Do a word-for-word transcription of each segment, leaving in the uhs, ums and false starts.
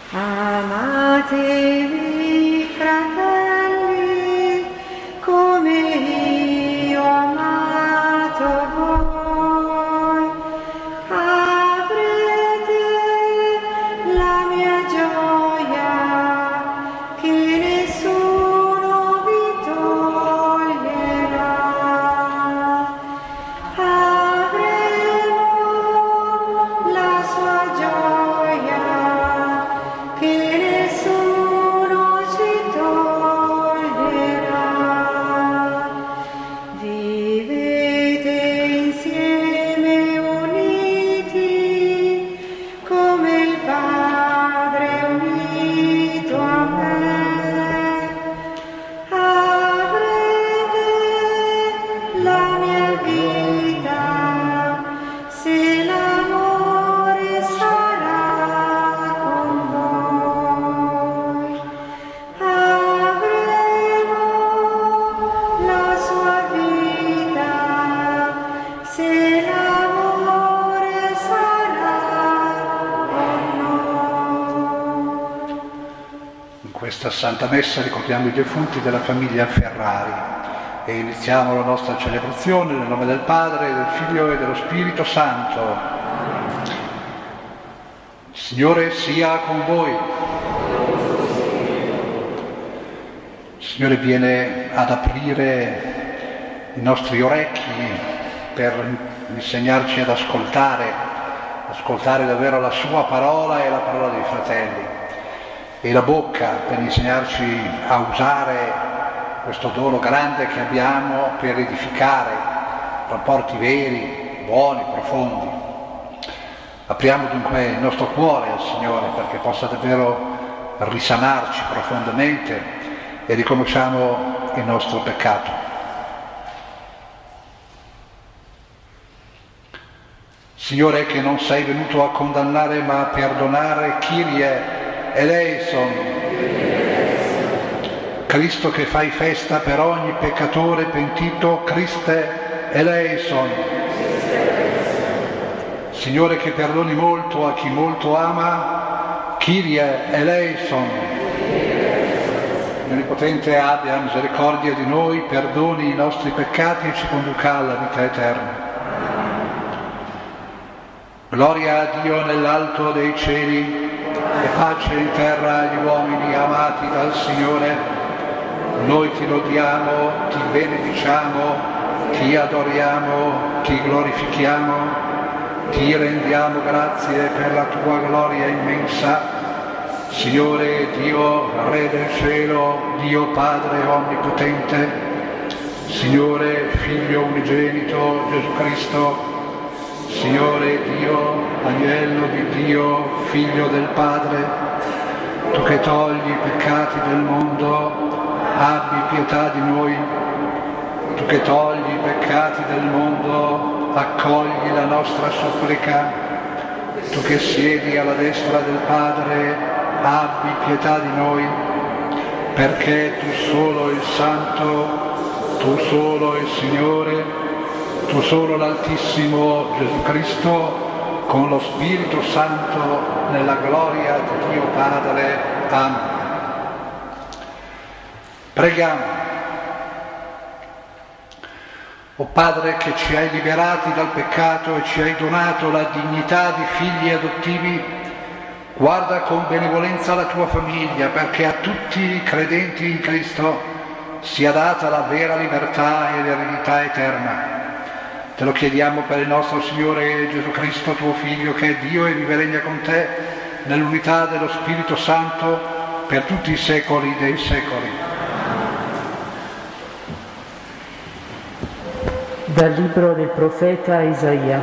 Amatevi, fratelli, come io ho amato voi. Avrete la mia gioia che nessuno vi toglierà. Avremo la sua gioia che nessuno ci toglierà. Vivete insieme uniti come il Padre è unito a me. Avrete la mia vita se l'amore sarà con voi. Avremo la sua vita se l'amore sarà con noi. In questa Santa Messa ricordiamo i defunti della famiglia Ferrari e iniziamo la nostra celebrazione nel nome del Padre, del Figlio e dello Spirito Santo. Il Signore sia con voi. Il Signore viene ad aprire i nostri orecchi per insegnarci ad ascoltare, ascoltare davvero la Sua parola e la parola dei fratelli, e la bocca per insegnarci a usare questo dono grande che abbiamo per edificare rapporti veri, buoni, profondi. Apriamo dunque il nostro cuore al Signore perché possa davvero risanarci profondamente e riconosciamo il nostro peccato. Signore, che non sei venuto a condannare ma a perdonare, Kyrie eleison. Cristo che fai festa per ogni peccatore pentito, Christe eleison. Signore che perdoni molto a chi molto ama, Kyrie eleison. L'Onnipotente abbia misericordia di noi, perdoni i nostri peccati e ci conduca alla vita eterna. Gloria a Dio nell'alto dei cieli e pace in terra agli uomini amati dal Signore. Noi ti lodiamo, ti benediciamo, ti adoriamo, ti glorifichiamo, ti rendiamo grazie per la tua gloria immensa. Signore Dio, Re del cielo, Dio Padre onnipotente, Signore Figlio unigenito Gesù Cristo, Signore Dio, Agnello di Dio, Figlio del Padre, tu che togli i peccati del mondo, abbi pietà di noi. Tu che togli i peccati del mondo, accogli la nostra supplica. Tu che siedi alla destra del Padre, abbi pietà di noi, perché tu solo il Santo, tu solo il Signore, tu solo l'Altissimo Gesù Cristo, con lo Spirito Santo, nella gloria di Dio Padre. Amen. Preghiamo. O Padre che ci hai liberati dal peccato e ci hai donato la dignità di figli adottivi, guarda con benevolenza la tua famiglia perché a tutti i credenti in Cristo sia data la vera libertà e l'eredità eterna. Te lo chiediamo per il nostro Signore Gesù Cristo, tuo Figlio, che è Dio e vive e regna con te nell'unità dello Spirito Santo per tutti i secoli dei secoli. Dal libro del profeta Isaia.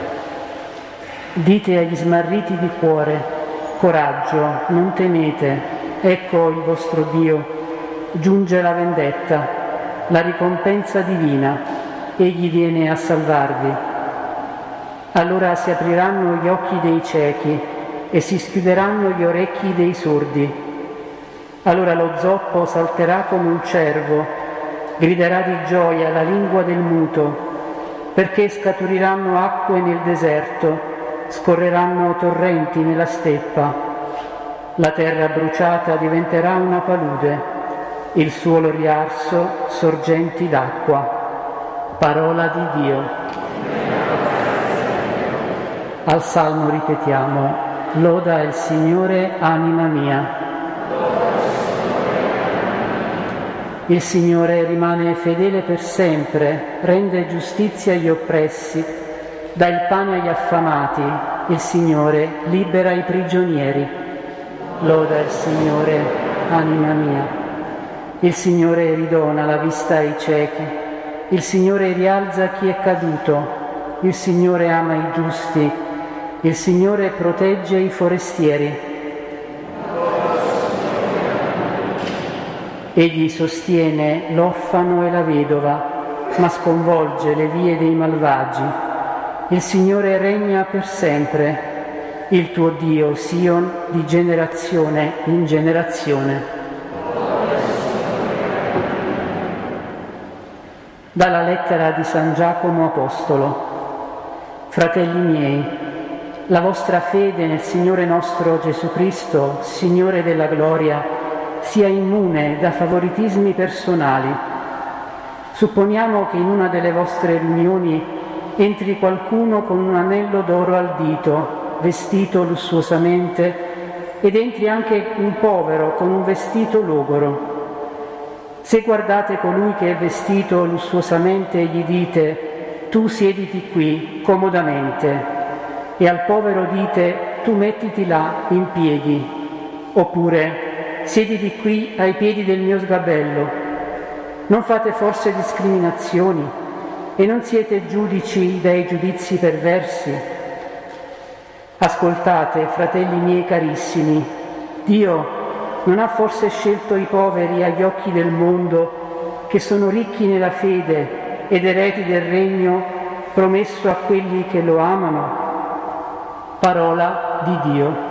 Dite agli smarriti di cuore: coraggio, non temete, ecco il vostro Dio, giunge la vendetta, la ricompensa divina, egli viene a salvarvi. Allora si apriranno gli occhi dei ciechi e si schiuderanno gli orecchi dei sordi. Allora lo zoppo salterà come un cervo, griderà di gioia la lingua del muto, perché scaturiranno acque nel deserto, scorreranno torrenti nella steppa. La terra bruciata diventerà una palude, il suolo riarso sorgenti d'acqua. Parola di Dio. Al Salmo ripetiamo: loda il Signore, anima mia. Il Signore rimane fedele per sempre, rende giustizia agli oppressi, dà il pane agli affamati, il Signore libera i prigionieri. Loda il Signore, anima mia. Il Signore ridona la vista ai ciechi, il Signore rialza chi è caduto, il Signore ama i giusti, il Signore protegge i forestieri. Egli sostiene l'orfano e la vedova, ma sconvolge le vie dei malvagi. Il Signore regna per sempre, il tuo Dio, Sion, di generazione in generazione. Dalla lettera di San Giacomo Apostolo. Fratelli miei, la vostra fede nel Signore nostro Gesù Cristo, Signore della gloria, sia immune da favoritismi personali. Supponiamo che in una delle vostre riunioni entri qualcuno con un anello d'oro al dito, vestito lussuosamente, ed entri anche un povero con un vestito logoro. Se guardate colui che è vestito lussuosamente e gli dite: tu siediti qui comodamente, e al povero dite: tu mettiti là in piedi, oppure: siediti qui ai piedi del mio sgabello. Non fate forse discriminazioni e non siete giudici dai giudizi perversi? Ascoltate, fratelli miei carissimi, Dio non ha forse scelto i poveri agli occhi del mondo, che sono ricchi nella fede ed eredi del regno promesso a quelli che lo amano? Parola di Dio.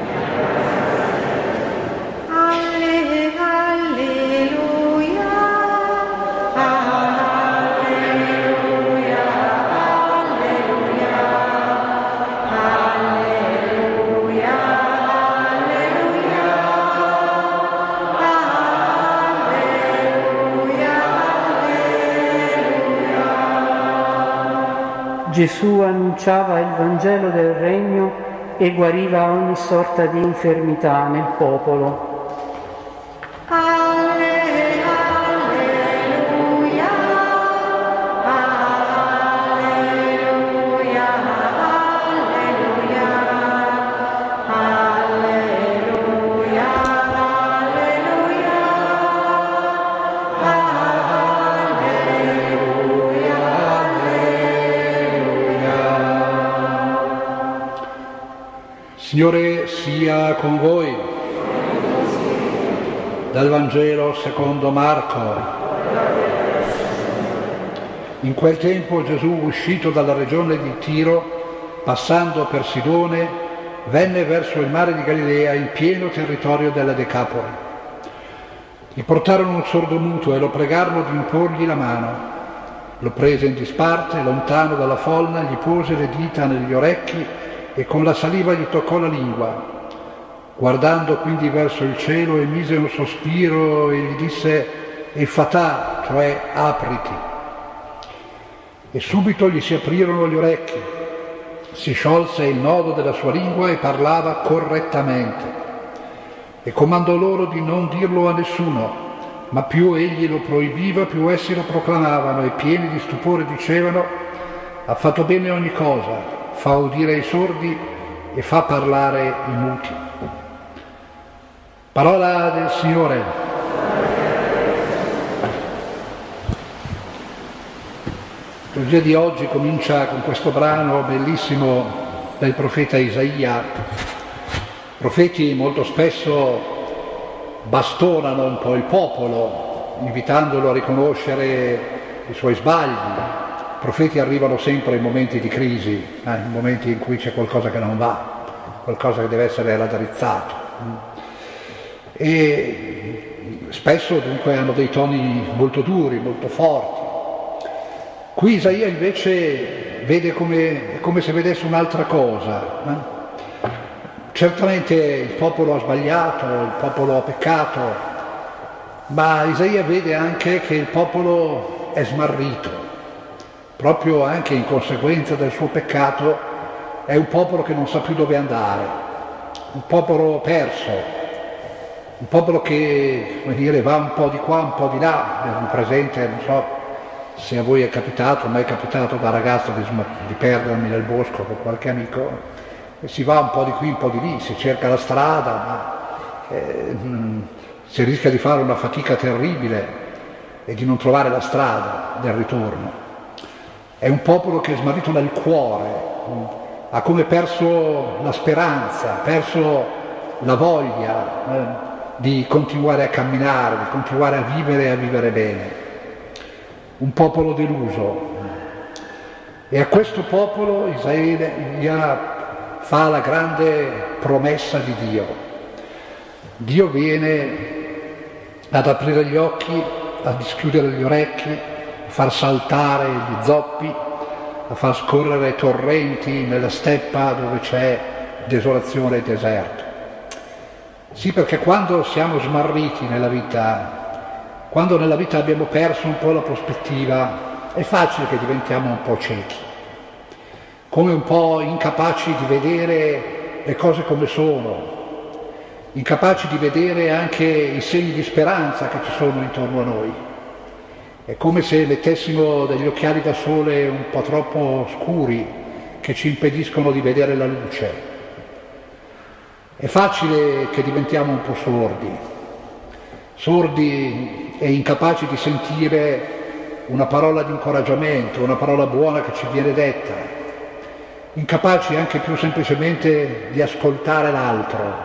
Gesù annunciava il Vangelo del Regno e guariva ogni sorta di infermità nel popolo. Signore sia con voi. Dal Vangelo secondo Marco. In quel tempo Gesù, uscito dalla regione di Tiro, passando per Sidone, venne verso il mare di Galilea, in pieno territorio della Decapoli. Gli portarono un sordomuto e lo pregarono di imporgli la mano. Lo prese in disparte, lontano dalla folla, gli pose le dita negli orecchi e con la saliva gli toccò la lingua. Guardando quindi verso il cielo, emise un sospiro e gli disse: Effatà, cioè apriti. E subito gli si aprirono gli orecchi, si sciolse il nodo della sua lingua e parlava correttamente. E comandò loro di non dirlo a nessuno, ma più egli lo proibiva, più essi lo proclamavano, e pieni di stupore dicevano: ha fatto bene ogni cosa, fa udire i sordi e fa parlare i muti. Parola del Signore. La liturgia di oggi comincia con questo brano bellissimo del profeta Isaia. I profeti molto spesso bastonano un po' il popolo, invitandolo a riconoscere i suoi sbagli. I profeti arrivano sempre in momenti di crisi, eh, in momenti in cui c'è qualcosa che non va, qualcosa che deve essere raddrizzato. E spesso dunque hanno dei toni molto duri, molto forti. Qui Isaia invece vede come, come se vedesse un'altra cosa. Eh? certamente il popolo ha sbagliato, il popolo ha peccato, ma Isaia vede anche che il popolo è smarrito, proprio anche in conseguenza del suo peccato. È un popolo che non sa più dove andare, un popolo perso, un popolo che, come dire, va un po' di qua, un po' di là. Abbiamo presente, non so se a voi è capitato, a me è capitato da ragazzo di, di perdermi nel bosco con qualche amico, e si va un po' di qui, un po' di lì, si cerca la strada, ma eh, mh, si rischia di fare una fatica terribile e di non trovare la strada del ritorno. È un popolo che è smarrito nel cuore, mh, ha come perso la speranza, perso la voglia eh, di continuare a camminare, di continuare a vivere e a vivere bene. Un popolo deluso. E a questo popolo Isaia fa la grande promessa di Dio. Dio viene ad aprire gli occhi, a dischiudere gli orecchi, a far saltare gli zoppi, a far scorrere torrenti nella steppa dove c'è desolazione e deserto. Sì, perché quando siamo smarriti nella vita, quando nella vita abbiamo perso un po' la prospettiva, è facile che diventiamo un po' ciechi, come un po' incapaci di vedere le cose come sono, incapaci di vedere anche i segni di speranza che ci sono intorno a noi. È come se mettessimo degli occhiali da sole un po' troppo scuri che ci impediscono di vedere la luce. È facile che diventiamo un po' sordi, sordi e incapaci di sentire una parola di incoraggiamento, una parola buona che ci viene detta, incapaci anche più semplicemente di ascoltare l'altro.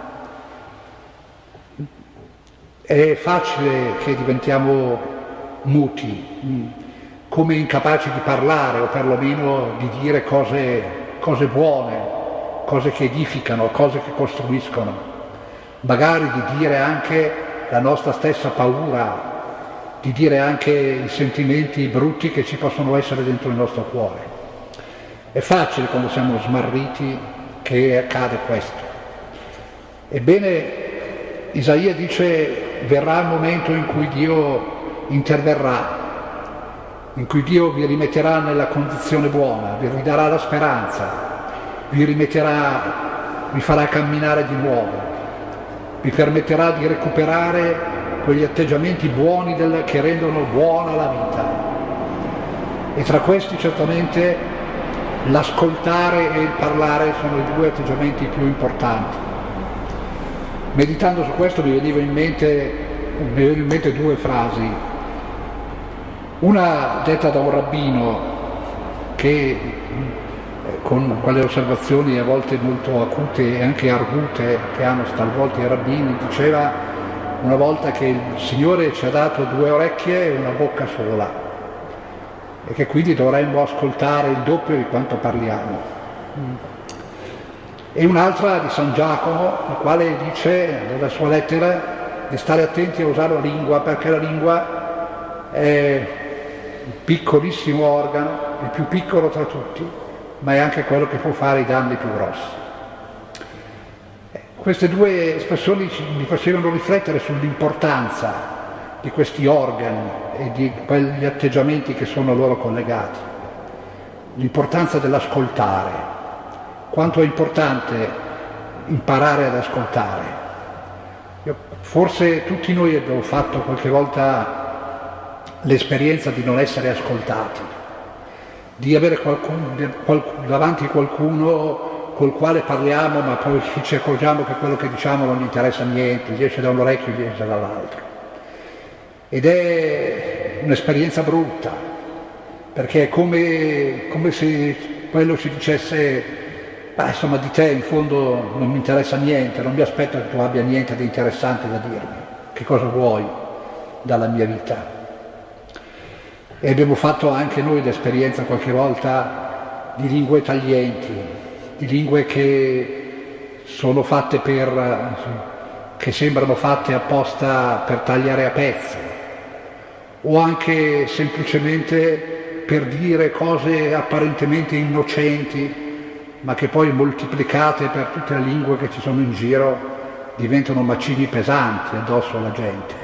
È facile che diventiamo muti, come incapaci di parlare o perlomeno di dire cose, cose buone, cose che edificano, cose che costruiscono, magari di dire anche la nostra stessa paura, di dire anche i sentimenti brutti che ci possono essere dentro il nostro cuore. È facile quando siamo smarriti che accade questo. Ebbene, Isaia dice: verrà il momento in cui Dio interverrà, in cui Dio vi rimetterà nella condizione buona, vi ridarà la speranza, vi rimetterà, vi farà camminare di nuovo, vi permetterà di recuperare quegli atteggiamenti buoni del, che rendono buona la vita. E tra questi certamente l'ascoltare e il parlare sono i due atteggiamenti più importanti. Meditando su questo mi veniva in mente, mi venivano in mente due frasi. Una detta da un rabbino che, con quelle osservazioni a volte molto acute e anche argute che hanno talvolta i rabbini, diceva una volta che il Signore ci ha dato due orecchie e una bocca sola e che quindi dovremmo ascoltare il doppio di quanto parliamo. E un'altra di San Giacomo, il quale dice nella sua lettera di stare attenti a usare la lingua, perché la lingua è un piccolissimo organo, il più piccolo tra tutti, ma è anche quello che può fare i danni più grossi. Queste due espressioni mi facevano riflettere sull'importanza di questi organi e di quegli atteggiamenti che sono loro collegati, l'importanza dell'ascoltare, quanto è importante imparare ad ascoltare. Io, forse tutti noi abbiamo fatto qualche volta l'esperienza di non essere ascoltati, di avere qualcuno, davanti qualcuno col quale parliamo ma poi ci accorgiamo che quello che diciamo non gli interessa niente, gli esce da un orecchio e gli esce dall'altro. Ed è un'esperienza brutta, perché è come, come se quello ci dicesse: beh, insomma, di te in fondo non mi interessa niente, non mi aspetto che tu abbia niente di interessante da dirmi, che cosa vuoi dalla mia vita? E abbiamo fatto anche noi l'esperienza qualche volta di lingue taglienti, di lingue che sono fatte per, che sembrano fatte apposta per tagliare a pezzi, o anche semplicemente per dire cose apparentemente innocenti, ma che poi moltiplicate per tutte le lingue che ci sono in giro diventano macigni pesanti addosso alla gente.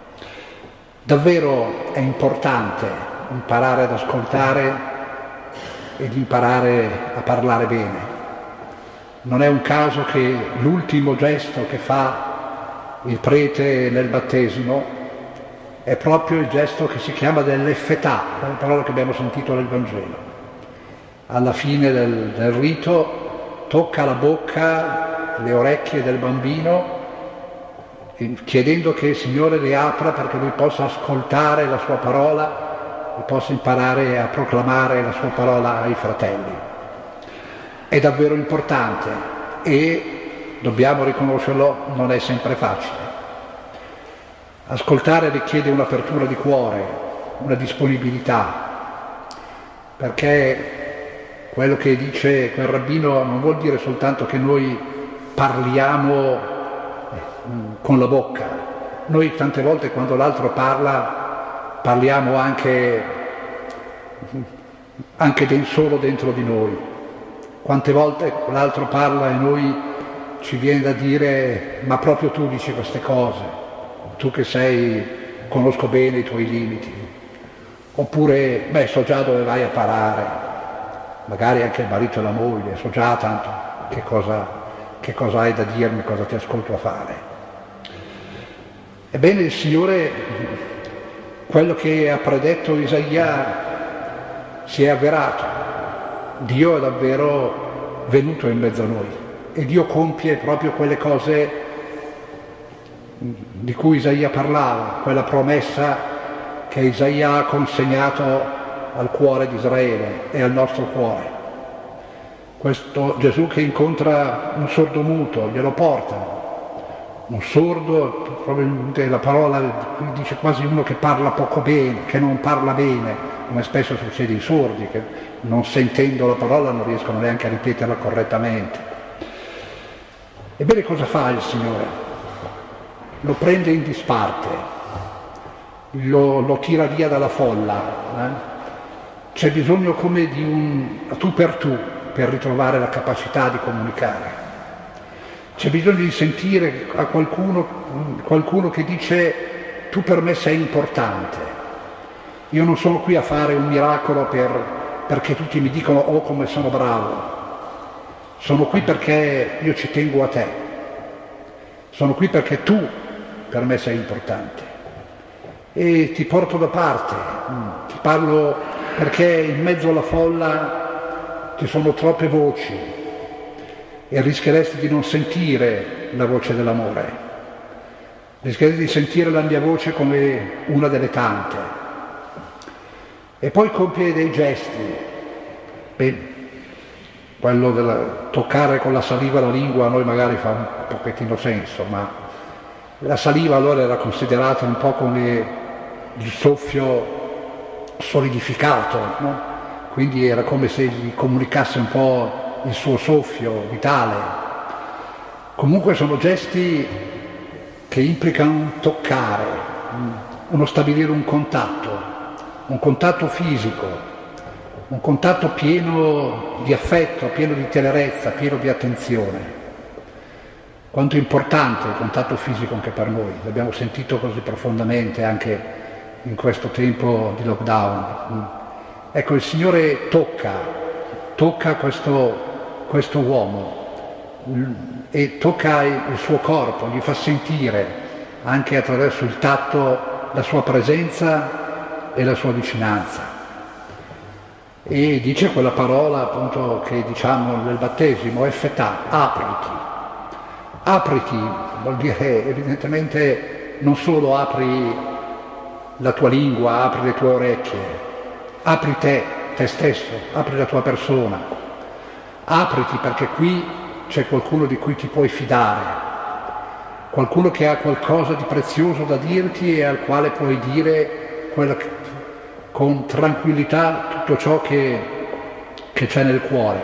Davvero è importante imparare ad ascoltare ed imparare a parlare bene. Non è un caso che l'ultimo gesto che fa il prete nel battesimo è proprio il gesto che si chiama dell'effetà, la parola che abbiamo sentito nel Vangelo. Alla fine del, del rito tocca la bocca, le orecchie del bambino, chiedendo che il Signore le apra perché lui possa ascoltare la sua parola e possa imparare a proclamare la sua parola ai fratelli. È davvero importante e, dobbiamo riconoscerlo, non è sempre facile. Ascoltare richiede un'apertura di cuore, una disponibilità, perché quello che dice quel rabbino non vuol dire soltanto che noi parliamo con la bocca. Noi tante volte quando l'altro parla parliamo anche, anche solo dentro di noi. Quante volte l'altro parla e noi ci viene da dire ma proprio tu dici queste cose, tu che sei, conosco bene i tuoi limiti. Oppure, beh, so già dove vai a parare, magari anche il marito e la moglie, so già tanto che cosa, che cosa hai da dirmi, cosa ti ascolto a fare. Ebbene, il Signore, quello che ha predetto Isaia, si è avverato. Dio è davvero venuto in mezzo a noi e Dio compie proprio quelle cose di cui Isaia parlava, quella promessa che Isaia ha consegnato al cuore di Israele e al nostro cuore. Questo Gesù che incontra un sordomuto, glielo portano. Un sordo, probabilmente la parola dice quasi uno che parla poco bene, che non parla bene, come spesso succede ai sordi, che non sentendo la parola non riescono neanche a ripeterla correttamente. Ebbene, cosa fa il Signore? Lo prende in disparte, lo, lo tira via dalla folla. Eh? C'è bisogno come di un tu per tu per ritrovare la capacità di comunicare. C'è bisogno di sentire a qualcuno, qualcuno che dice tu per me sei importante, io non sono qui a fare un miracolo per, perché tutti mi dicono oh come sono bravo, sono qui perché io ci tengo a te, sono qui perché tu per me sei importante e ti porto da parte, ti parlo perché in mezzo alla folla ci sono troppe voci e rischieresti di non sentire la voce dell'amore, rischieresti di sentire la mia voce come una delle tante. E poi compie dei gesti. Beh, quello del toccare con la saliva la lingua a noi magari fa un pochettino senso, ma la saliva allora era considerata un po' come il soffio solidificato, no? Quindi era come se gli comunicasse un po' il suo soffio vitale. Comunque sono gesti che implicano un toccare, uno stabilire un contatto, un contatto fisico, un contatto pieno di affetto, pieno di tenerezza, pieno di attenzione. Quanto è importante il contatto fisico anche per noi, l'abbiamo sentito così profondamente anche in questo tempo di lockdown. Ecco, il Signore tocca, tocca questo questo uomo e tocca il suo corpo, gli fa sentire anche attraverso il tatto la sua presenza e la sua vicinanza. E dice quella parola appunto che diciamo nel battesimo, effetà, apriti. Apriti vuol dire evidentemente non solo apri la tua lingua, apri le tue orecchie, apri te, te stesso, apri la tua persona. Apriti perché qui c'è qualcuno di cui ti puoi fidare, qualcuno che ha qualcosa di prezioso da dirti e al quale puoi dire quella che, con tranquillità tutto ciò che, che c'è nel cuore.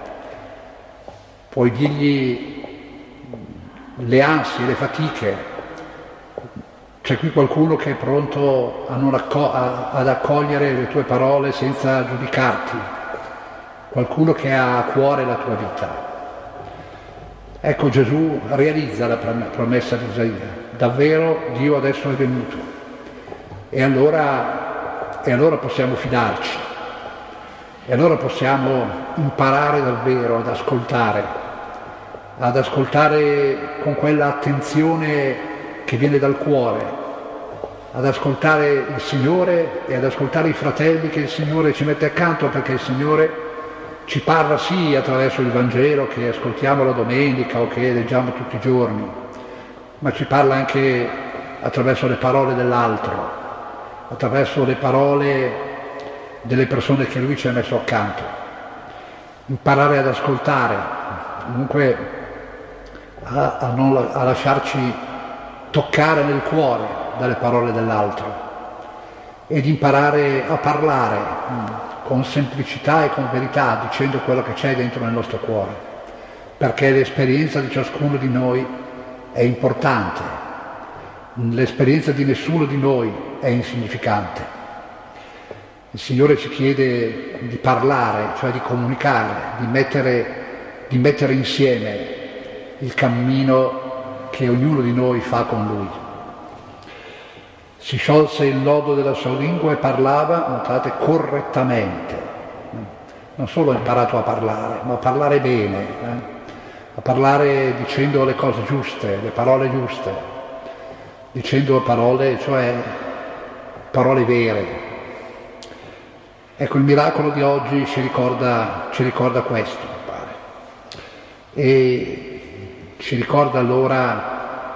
Puoi dirgli le ansie, le fatiche. C'è qui qualcuno che è pronto a non acco- a, ad accogliere le tue parole senza giudicarti. qualcuno che ha a cuore la tua vita. Ecco, Gesù realizza la promessa di Isaia, davvero Dio adesso è venuto, e allora, e allora possiamo fidarci, e allora possiamo imparare davvero ad ascoltare, ad ascoltare con quella attenzione che viene dal cuore, ad ascoltare il Signore e ad ascoltare i fratelli che il Signore ci mette accanto, perché il Signore ci parla sì attraverso il Vangelo che ascoltiamo la domenica o che leggiamo tutti i giorni, ma ci parla anche attraverso le parole dell'altro, attraverso le parole delle persone che Lui ci ha messo accanto. Imparare ad ascoltare, comunque a, a, non, a lasciarci toccare nel cuore dalle parole dell'altro, ed imparare a parlare con semplicità e con verità, dicendo quello che c'è dentro nel nostro cuore, perché l'esperienza di ciascuno di noi è importante, l'esperienza di nessuno di noi è insignificante. Il Signore ci chiede di parlare, cioè di comunicare, di mettere, di mettere insieme il cammino che ognuno di noi fa con Lui. Si sciolse il nodo della sua lingua e parlava, notate, correttamente. Non solo ha imparato a parlare, ma a parlare bene, eh? a parlare dicendo le cose giuste, le parole giuste, dicendo parole, cioè parole vere. Ecco, il miracolo di oggi ci ricorda, ci ricorda questo, mi pare. E ci ricorda allora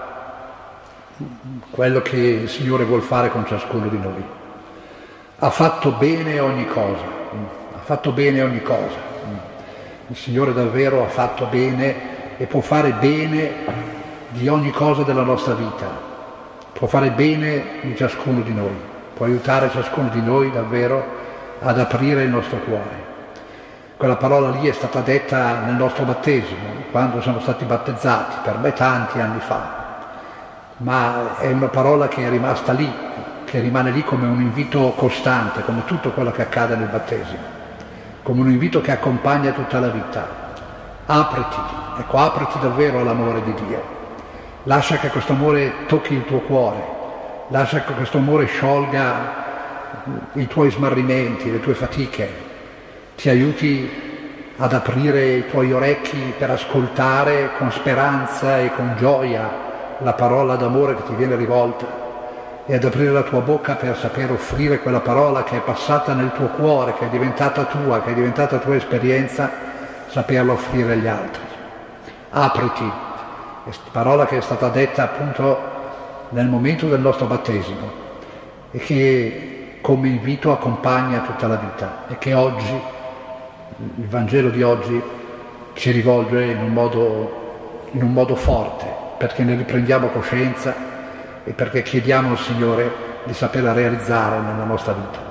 quello che il Signore vuol fare con ciascuno di noi. Ha fatto bene ogni cosa, ha fatto bene ogni cosa. Il Signore davvero ha fatto bene e può fare bene di ogni cosa della nostra vita, può fare bene di ciascuno di noi, può aiutare ciascuno di noi davvero ad aprire il nostro cuore. Quella parola lì è stata detta nel nostro battesimo, quando siamo stati battezzati, per me tanti anni fa. Ma è una parola che è rimasta lì, che rimane lì come un invito costante, come tutto quello che accade nel battesimo, come un invito che accompagna tutta la vita. Apriti, ecco, apriti davvero all'amore di Dio. Lascia che questo amore tocchi il tuo cuore, lascia che questo amore sciolga i tuoi smarrimenti, le tue fatiche, ti aiuti ad aprire i tuoi orecchi per ascoltare con speranza e con gioia la parola d'amore che ti viene rivolta, e ad aprire la tua bocca per saper offrire quella parola che è passata nel tuo cuore, che è diventata tua, che è diventata tua esperienza, saperla offrire agli altri. Apriti, parola che è stata detta appunto nel momento del nostro battesimo e che come invito accompagna tutta la vita, e che oggi, il Vangelo di oggi, ci rivolge in un modo, in un modo forte, perché ne riprendiamo coscienza e perché chiediamo al Signore di saperla realizzare nella nostra vita.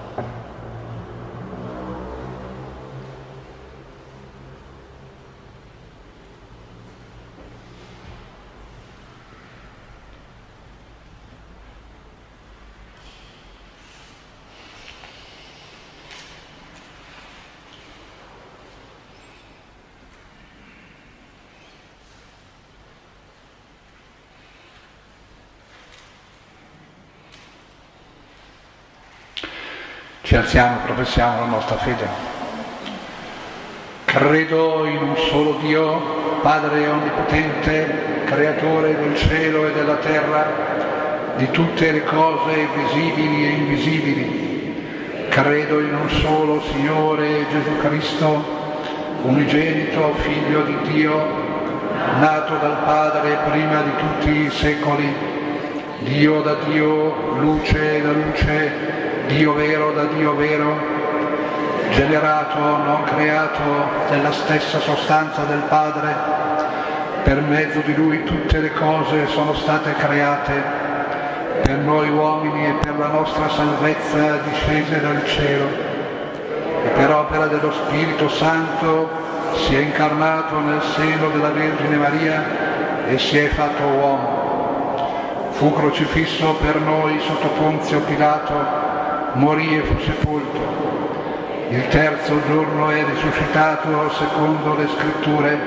Ci alziamo, professiamo la nostra fede. Credo in un solo Dio, Padre onnipotente, creatore del cielo e della terra, di tutte le cose visibili e invisibili. Credo in un solo Signore Gesù Cristo, unigenito Figlio di Dio, nato dal Padre prima di tutti i secoli, Dio da Dio, luce da luce, Dio vero da Dio vero, generato, non creato, della stessa sostanza del Padre. Per mezzo di Lui tutte le cose sono state create, per noi uomini e per la nostra salvezza discese dal cielo, e per opera dello Spirito Santo si è incarnato nel seno della Vergine Maria e si è fatto uomo. Fu crocifisso per noi sotto Ponzio Pilato, morì e fu sepolto, il terzo giorno è risuscitato secondo le scritture,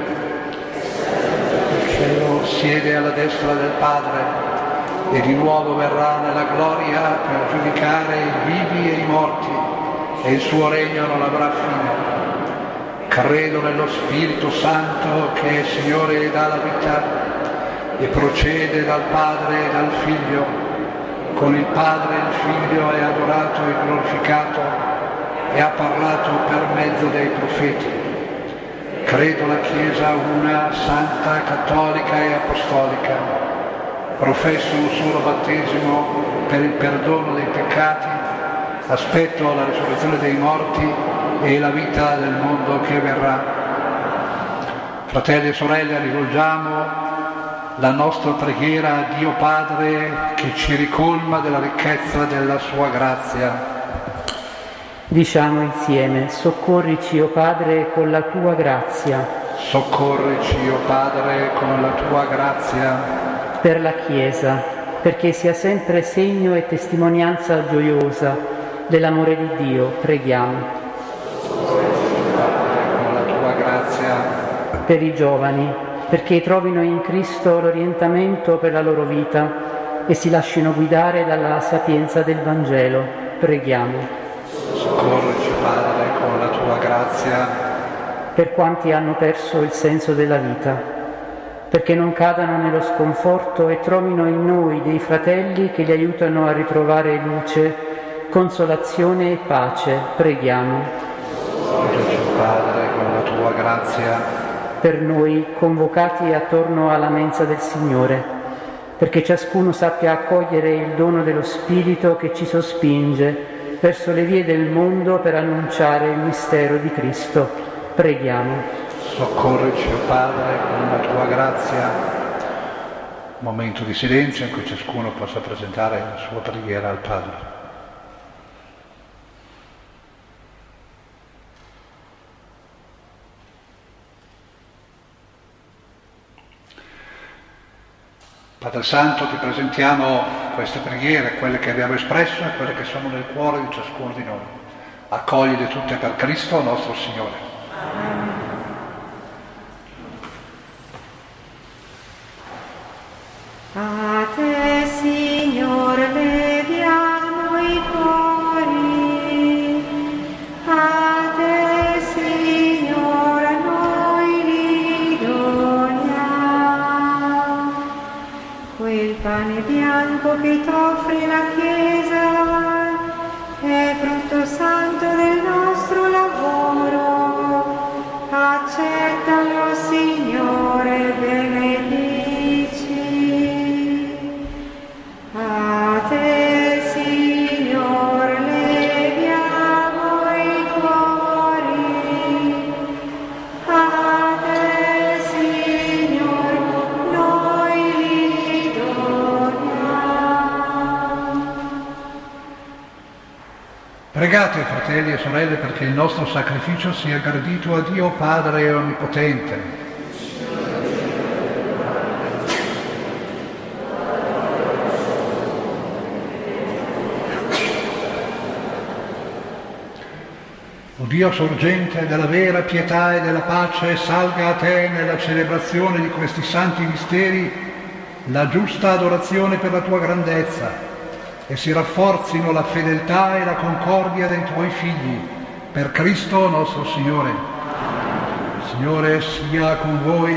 il cielo siede alla destra del Padre e di nuovo verrà nella gloria per giudicare i vivi e i morti, e il suo regno non avrà fine. Credo nello Spirito Santo che è Signore e dà la vita e procede dal Padre e dal Figlio. Con il Padre il Figlio è adorato e glorificato e ha parlato per mezzo dei profeti. Credo la Chiesa una, santa, cattolica e apostolica. Professo un solo battesimo per il perdono dei peccati. Aspetto la risurrezione dei morti e la vita del mondo che verrà. Fratelli e sorelle, rivolgiamo la nostra preghiera a Dio Padre che ci ricolma della ricchezza della sua grazia. Diciamo insieme: soccorrici, o Padre, con la tua grazia. Soccorrici, o Padre, con la tua grazia. Per la Chiesa, perché sia sempre segno e testimonianza gioiosa dell'amore di Dio, preghiamo. Con la tua grazia. Per i giovani, perché trovino in Cristo l'orientamento per la loro vita e si lascino guidare dalla sapienza del Vangelo, preghiamo. Soccorrici, Padre, con la tua grazia. Per quanti hanno perso il senso della vita, perché non cadano nello sconforto e trovino in noi dei fratelli che li aiutano a ritrovare luce, consolazione e pace, preghiamo. Soccorrici, Padre, con la tua grazia. Per noi convocati attorno alla mensa del Signore, perché ciascuno sappia accogliere il dono dello Spirito che ci sospinge verso le vie del mondo per annunciare il mistero di Cristo, preghiamo. Soccorrici, o Padre, con la tua grazia. Momento di silenzio in cui ciascuno possa presentare la sua preghiera al Padre. Padre Santo, ti presentiamo queste preghiere, quelle che abbiamo espresso e quelle che sono nel cuore di ciascuno di noi. Accoglile tutte per Cristo nostro Signore. A te, Signore, leviamo i cuori, a te, Signore, noi li doniamo. Quel pane bianco che t'offre la Chiesa è frutto santo del nostro lavoro. Accettalo, Signore, benedici. A te, Signore, leviamo i cuori, a te, Signore, noi li doniamo. Pregate, fratelli e sorelle, perché il nostro sacrificio sia gradito a Dio Padre Onnipotente. O Dio sorgente della vera pietà e della pace, salga a te nella celebrazione di questi santi misteri la giusta adorazione per la tua grandezza e si rafforzino la fedeltà e la concordia dei tuoi figli, per Cristo nostro Signore. Signore sia con voi,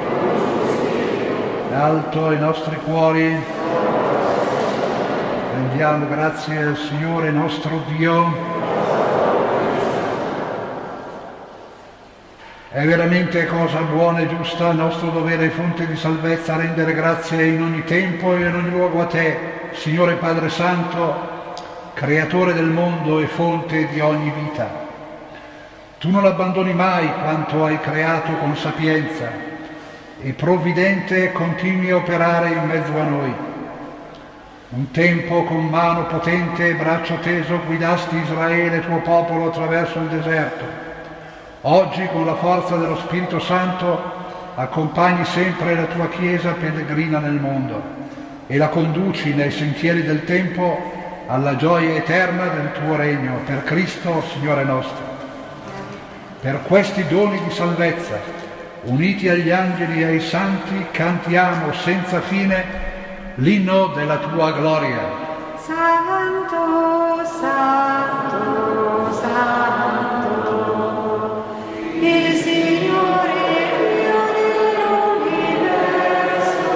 in alto ai nostri cuori, rendiamo grazie al Signore nostro Dio. È veramente cosa buona e giusta, nostro dovere e fonte di salvezza, rendere grazie in ogni tempo e in ogni luogo a te, Signore Padre Santo, Creatore del mondo e fonte di ogni vita. Tu non abbandoni mai quanto hai creato con sapienza e provvidente continui a operare in mezzo a noi. Un tempo con mano potente e braccio teso guidasti Israele, tuo popolo, attraverso il deserto. Oggi, con la forza dello Spirito Santo, accompagni sempre la tua Chiesa pellegrina nel mondo e la conduci nei sentieri del tempo alla gioia eterna del tuo regno, per Cristo, Signore nostro. Per questi doni di salvezza, uniti agli angeli e ai santi, cantiamo senza fine l'inno della tua gloria. Santo, santo, santo, il Signore Dio dell'universo,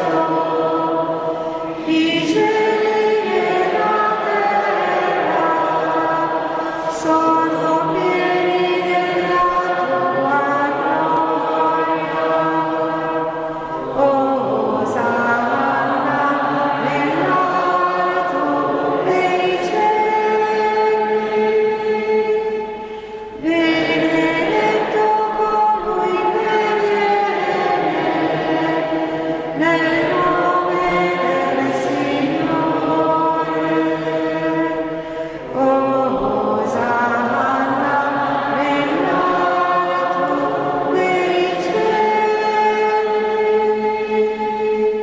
i cieli e la terra sono pieni della tua gloria. Osanna nell'alto dei cieli, benedetto colui che viene nel nome del Signore. Osanna nell'alto dei cieli.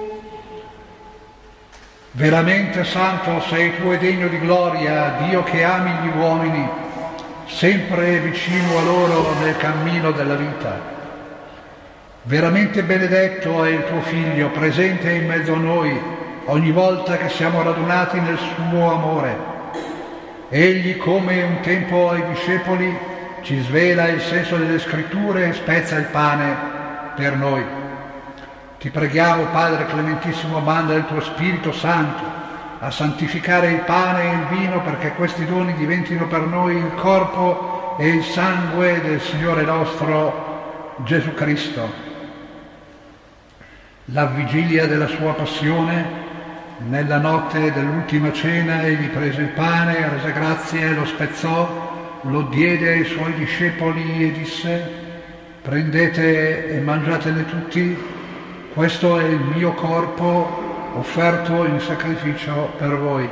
Veramente santo sei tu e degno di gloria, Dio che ami gli uomini, sempre vicino a loro nel cammino della vita. Veramente benedetto è il tuo Figlio, presente in mezzo a noi ogni volta che siamo radunati nel suo amore. Egli, come un tempo ai discepoli, ci svela il senso delle scritture e spezza il pane per noi. Ti preghiamo, Padre Clementissimo, manda il tuo Spirito Santo a santificare il pane e il vino perché questi doni diventino per noi il corpo e il sangue del Signore nostro Gesù Cristo. La vigilia della sua passione, nella notte dell'ultima cena, egli prese il pane, rese grazie, lo spezzò, lo diede ai suoi discepoli e disse: prendete e mangiatene tutti, questo è il mio corpo offerto in sacrificio per voi.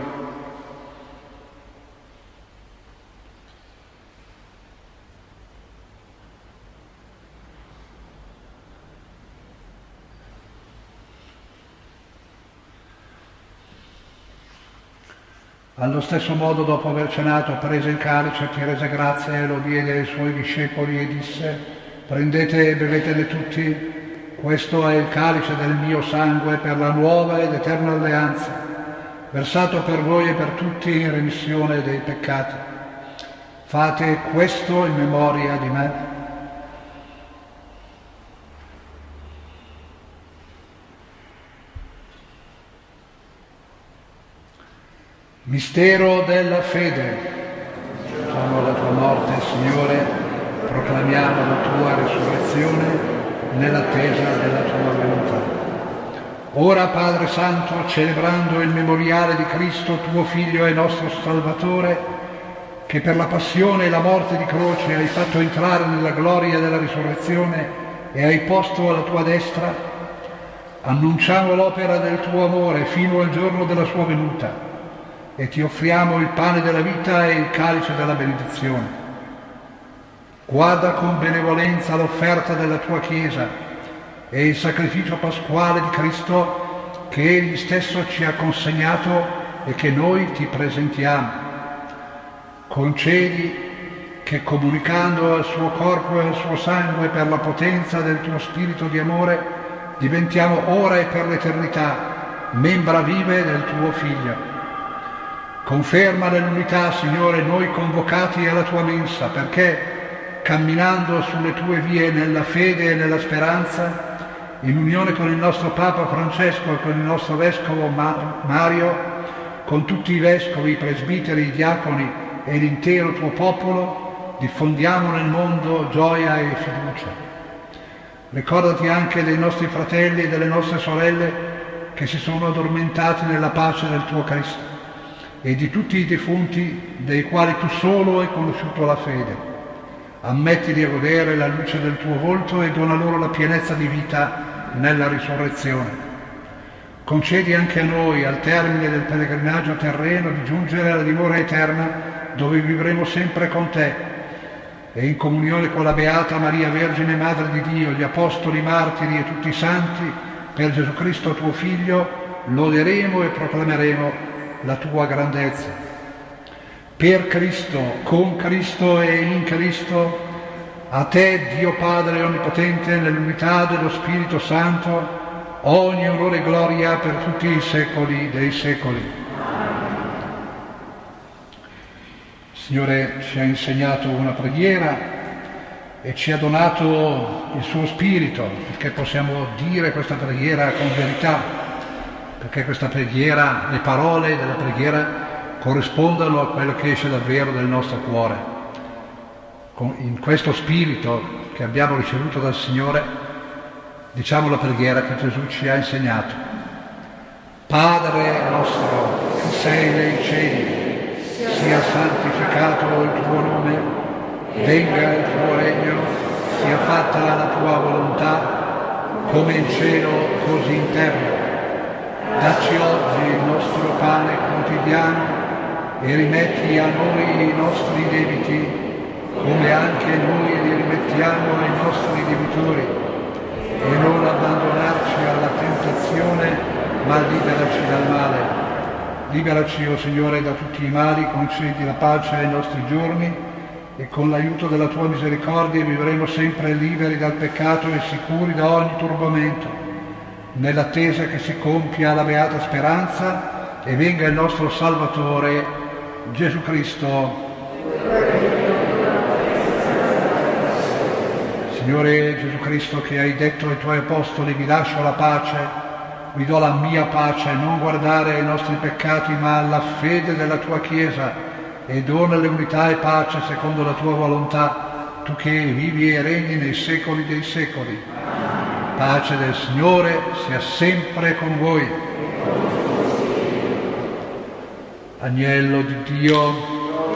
Allo stesso modo, dopo aver cenato, prese il calice, ti rese grazie e lo diede ai suoi discepoli e disse: prendete e bevetene tutti, questo è il calice del mio sangue per la nuova ed eterna alleanza, versato per voi e per tutti in remissione dei peccati. Fate questo in memoria di me. Mistero della fede. Diciamo la tua morte, Signore, proclamiamo la tua risurrezione nell'attesa della tua venuta. Ora, Padre Santo, celebrando il memoriale di Cristo, tuo Figlio e nostro Salvatore, che per la passione e la morte di croce hai fatto entrare nella gloria della risurrezione e hai posto alla tua destra, annunciamo l'opera del tuo amore fino al giorno della sua venuta e ti offriamo il pane della vita e il calice della benedizione. Guarda con benevolenza l'offerta della tua Chiesa e il sacrificio pasquale di Cristo che Egli stesso ci ha consegnato e che noi ti presentiamo. Concedi che, comunicando al suo corpo e al suo sangue per la potenza del tuo Spirito di amore, diventiamo ora e per l'eternità membra vive del tuo Figlio. Conferma nell'unità, Signore, noi convocati alla tua mensa, perché, camminando sulle tue vie nella fede e nella speranza, in unione con il nostro Papa Francesco e con il nostro Vescovo Mario, con tutti i Vescovi, i Presbiteri, i Diaconi e l'intero tuo popolo, diffondiamo nel mondo gioia e fiducia. Ricordati anche dei nostri fratelli e delle nostre sorelle che si sono addormentati nella pace del tuo Cristo, e di tutti i defunti dei quali tu solo hai conosciuto la fede. Ammettili a godere la luce del tuo volto e dona loro la pienezza di vita nella risurrezione. Concedi anche a noi, al termine del pellegrinaggio terreno, di giungere alla dimora eterna, dove vivremo sempre con te, e in comunione con la Beata Maria Vergine Madre di Dio, gli Apostoli, Martiri e tutti i Santi, per Gesù Cristo tuo Figlio, loderemo e proclameremo la tua grandezza. Per Cristo, con Cristo e in Cristo, A te, Dio Padre Onnipotente, nell'unità dello Spirito Santo, ogni onore e gloria per tutti i secoli dei secoli. Il Signore ci ha insegnato una preghiera e ci ha donato il suo Spirito, perché possiamo dire questa preghiera con verità, perché questa preghiera, le parole della preghiera corrispondano a quello che esce davvero dal nostro cuore. In questo Spirito che abbiamo ricevuto dal Signore, diciamo la preghiera che Gesù ci ha insegnato. Padre nostro, che sei nei cieli, sia santificato il tuo nome, venga il tuo regno, sia fatta la tua volontà, come in cielo così in terra. Dacci oggi il nostro pane quotidiano e rimetti a noi i nostri debiti, come anche noi li rimettiamo ai nostri debitori, e non abbandonarci alla tentazione, ma liberaci dal male. Liberaci, o oh Signore, da tutti i mali, concedi la pace ai nostri giorni, e con l'aiuto della tua misericordia vivremo sempre liberi dal peccato e sicuri da ogni turbamento, nell'attesa che si compia la beata speranza e venga il nostro Salvatore, Gesù Cristo. Signore Gesù Cristo, che hai detto ai tuoi apostoli: vi lascio la pace, vi do la mia pace, non guardare ai nostri peccati ma alla fede della tua Chiesa, e donale unità e pace secondo la tua volontà, tu che vivi e regni nei secoli dei secoli. Pace del Signore sia sempre con voi. Agnello di Dio,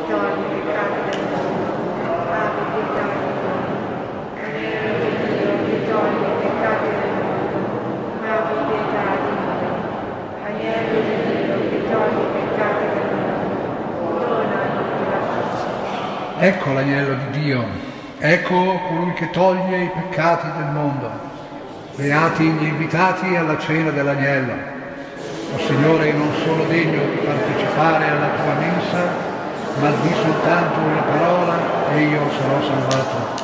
ecco l'agnello di Dio, ecco colui che toglie i peccati del mondo. Beati gli invitati alla cena dell'agnello. O Signore, non sono degno di partecipare alla tua mensa, ma di soltanto una parola e io sarò salvato.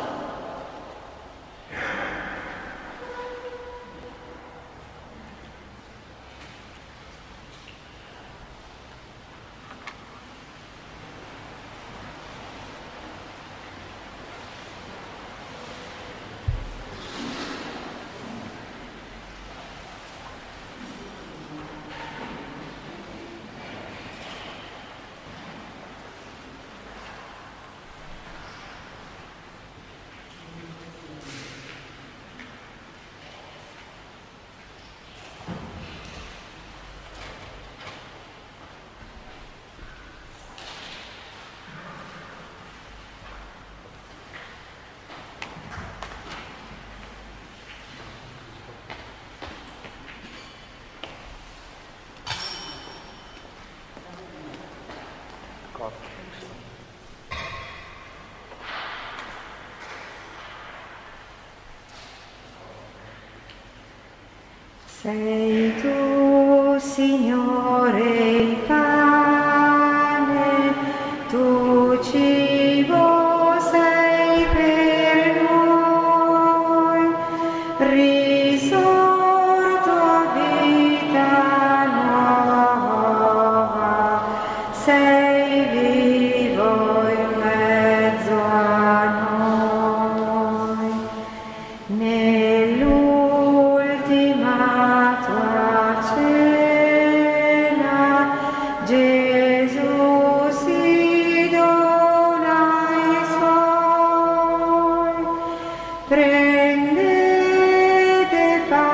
Sei tu, Signore, il pane, tu cibo sei per noi, risorto a vita nuova, sei vivo in mezzo a noi. Nell'ultima tua cena, Gesù si dona ai suoi. Prendete,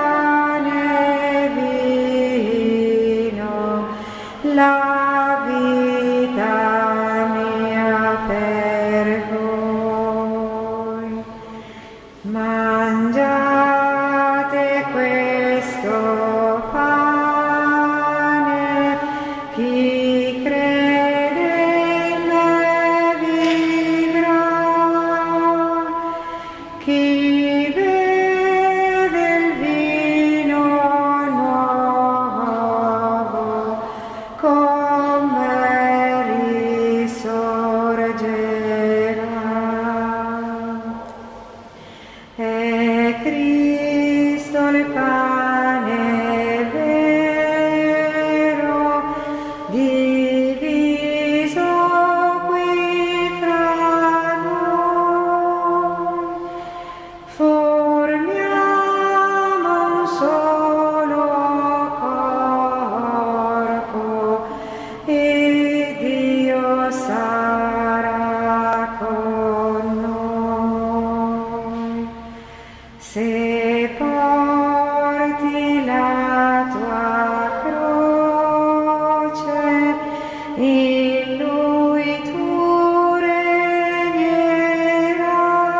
e porti la tua croce, in lui tu regnerai.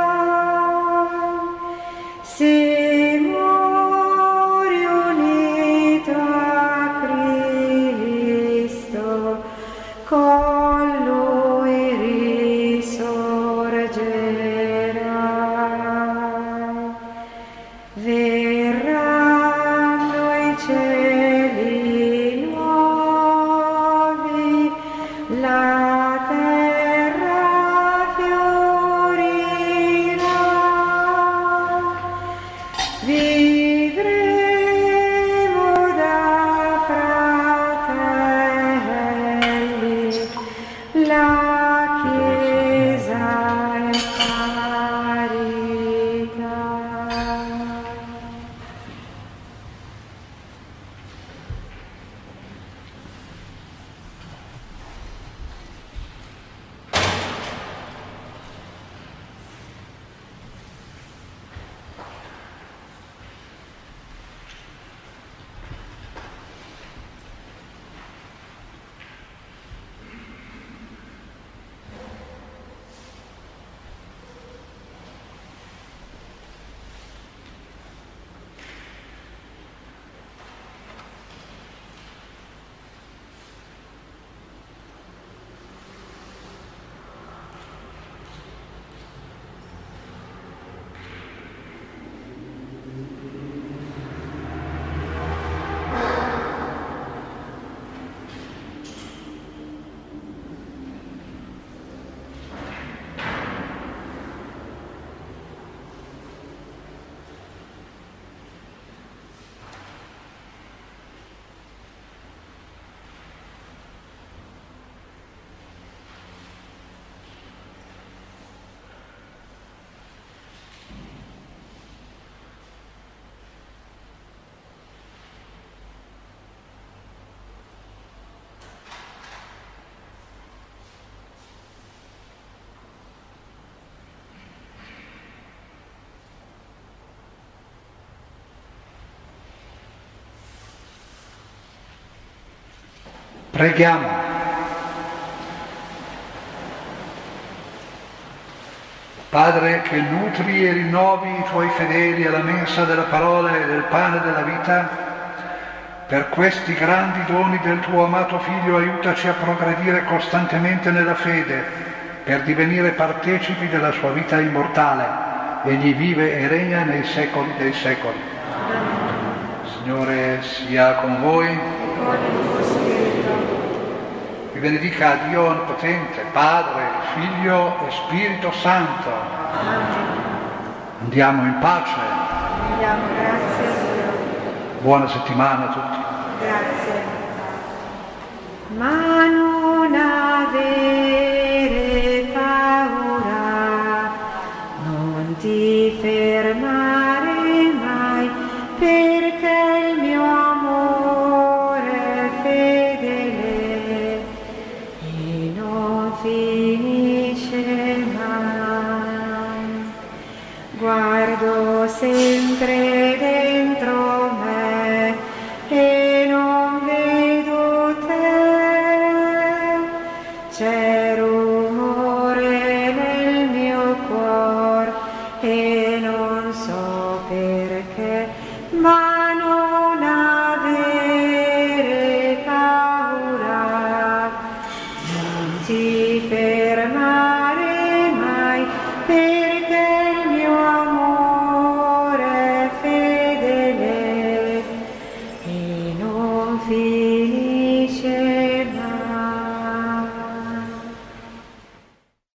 Se muori unito a Cristo, con lui risorgerai. Verranno i cieli nuovi, la terra fiorirà. Vivremo da fratelli, la Chiesa è carità. Preghiamo. Padre, che nutri e rinnovi i tuoi fedeli alla mensa della parola e del pane della vita, per questi grandi doni del tuo amato Figlio aiutaci a progredire costantemente nella fede, per divenire partecipi della sua vita immortale. Egli vive e regna nei secoli dei secoli. Signore sia con voi. Vi benedica Dio Onnipotente, Padre, Figlio e Spirito Santo. Andiamo in pace. Andiamo, grazie a Dio. Buona settimana a tutti. Grazie. Ma non avere paura, non ti fermare mai, perché il mio amore è fedele e non finisce mai. Guardo sempre dentro me e non vedo te, c'è rumore nel mio cuore e non so perché, ma non avere paura, non ti fermare mai.